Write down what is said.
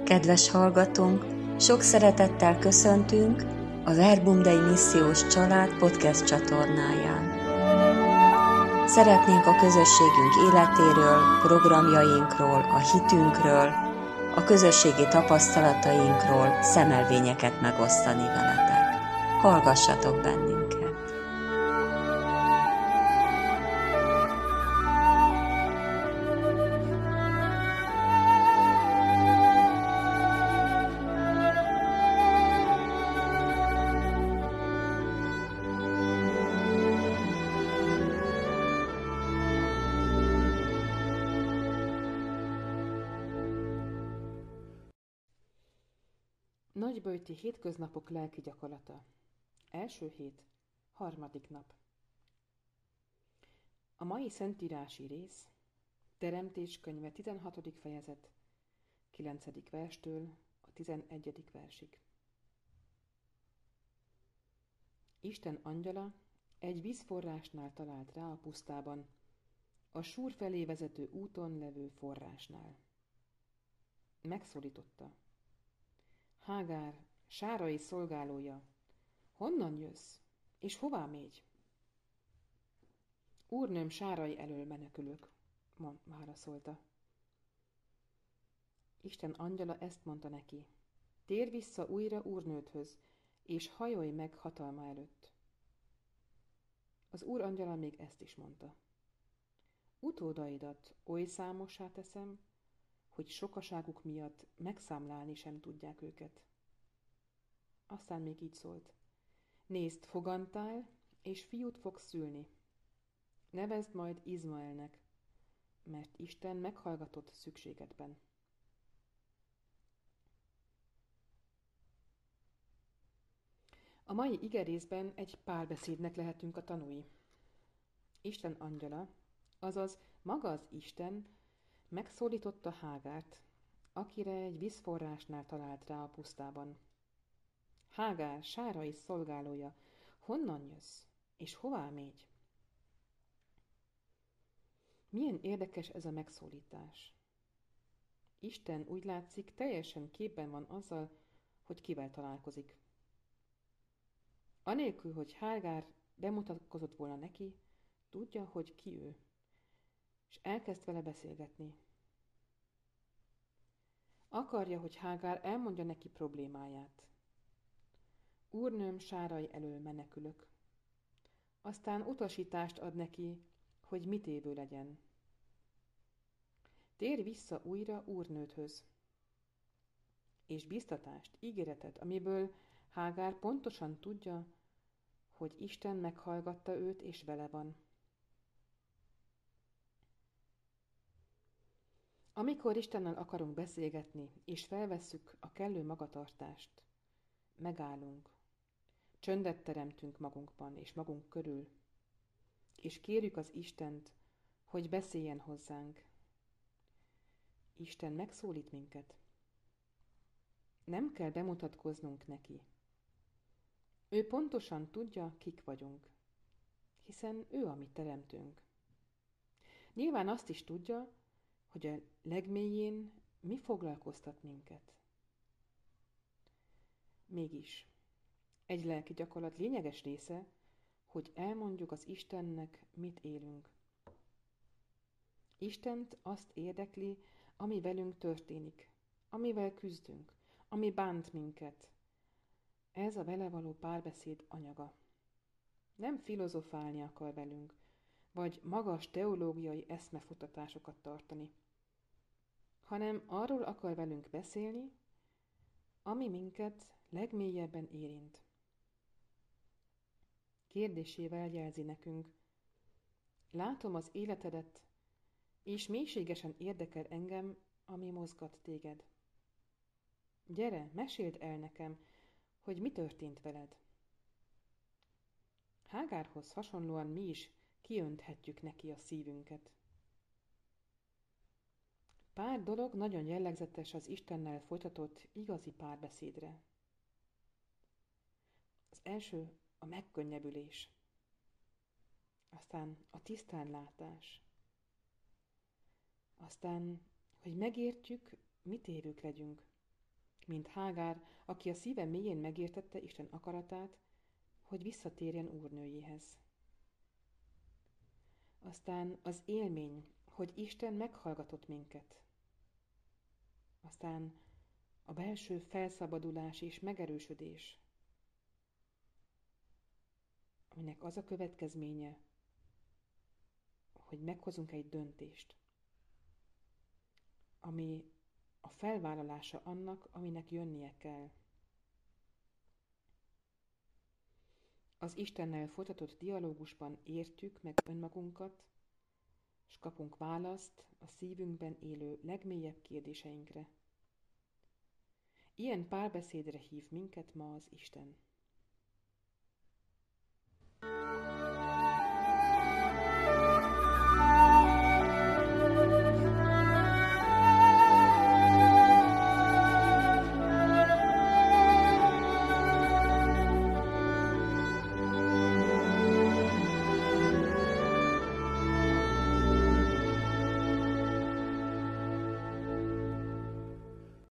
Kedves hallgatónk, sok szeretettel köszöntünk a Verbum Dei Missziós Család podcast csatornáján. Szeretnénk a közösségünk életéről, programjainkról, a hitünkről, a közösségi tapasztalatainkról szemelvényeket megosztani veletek. Hallgassatok bennünket! Nagyböjti hétköznapok lelki gyakorlata. Első hét, harmadik nap. A mai szentírási rész, Teremtés könyve 16. fejezet, 9. verstől a 11. versig. Isten angyala egy vízforrásnál talált rá a pusztában, a Súr felé vezető úton levő forrásnál. Megszólította. Hágár, Sárai szolgálója, honnan jössz, és hová mégy? Úrnőm, Sárai elől menekülök, válaszolta. Isten angyala ezt mondta neki, térj vissza újra úrnődhöz, és hajolj meg hatalma előtt. Az úr angyala még ezt is mondta. Utódaidat oly számossá teszem, hogy sokaságuk miatt megszámlálni sem tudják őket. Aztán még így szólt. Nézd, fogantál, és fiút fogsz szülni. Nevezd majd Izmaelnek, mert Isten meghallgatott szükségedben. A mai igerészben egy párbeszédnek lehetünk a tanúi. Isten angyala, azaz maga az Isten, megszólította Hágárt, akire egy vízforrásnál talált rá a pusztában. Hágár, Sárai szolgálója, honnan jössz, és hová mégy? Milyen érdekes ez a megszólítás. Isten úgy látszik teljesen képben van azzal, hogy kivel találkozik. Anélkül, hogy Hágár bemutatkozott volna neki, tudja, hogy ki ő, és elkezd vele beszélgetni. Akarja, hogy Hágár elmondja neki problémáját. Úrnőm, Sárai elől menekülök. Aztán utasítást ad neki, hogy mit évő legyen. Térj vissza újra úrnődhöz. És biztatást, ígéretet, amiből Hágár pontosan tudja, hogy Isten meghallgatta őt és vele van. Amikor Istennel akarunk beszélgetni, és felvesszük a kellő magatartást, megállunk, csöndet teremtünk magunkban és magunk körül, és kérjük az Istent, hogy beszéljen hozzánk. Isten megszólít minket. Nem kell bemutatkoznunk neki. Ő pontosan tudja, kik vagyunk, hiszen ő a mi teremtőnk. Nyilván azt is tudja, hogy a legmélyén mi foglalkoztat minket. Mégis, egy lelki gyakorlat lényeges része, hogy elmondjuk az Istennek, mit élünk. Istent azt érdekli, ami velünk történik, amivel küzdünk, ami bánt minket. Ez a vele való párbeszéd anyaga. Nem filozofálni akar velünk, vagy magas teológiai eszmefutatásokat tartani, hanem arról akar velünk beszélni, ami minket legmélyebben érint. Kérdésével jelzi nekünk, látom az életedet, és mélységesen érdekel engem, ami mozgat téged. Gyere, meséld el nekem, hogy mi történt veled. Hágárhoz hasonlóan mi is kiönthetjük neki a szívünket. Pár dolog nagyon jellegzetes az Istennel folytatott igazi párbeszédre. Az első a megkönnyebbülés, aztán a tisztánlátás, aztán, hogy megértjük, mit évők legyünk, mint Hágár, aki a szíve mélyén megértette Isten akaratát, hogy visszatérjen úrnőjéhez. Aztán az élmény, hogy Isten meghallgatott minket. Aztán a belső felszabadulás és megerősödés, aminek az a következménye, hogy meghozunk egy döntést, ami a felvállalása annak, aminek jönnie kell. Az Istennel folytatott dialógusban értjük meg önmagunkat, és kapunk választ a szívünkben élő legmélyebb kérdéseinkre. Ilyen párbeszédre hív minket ma az Isten.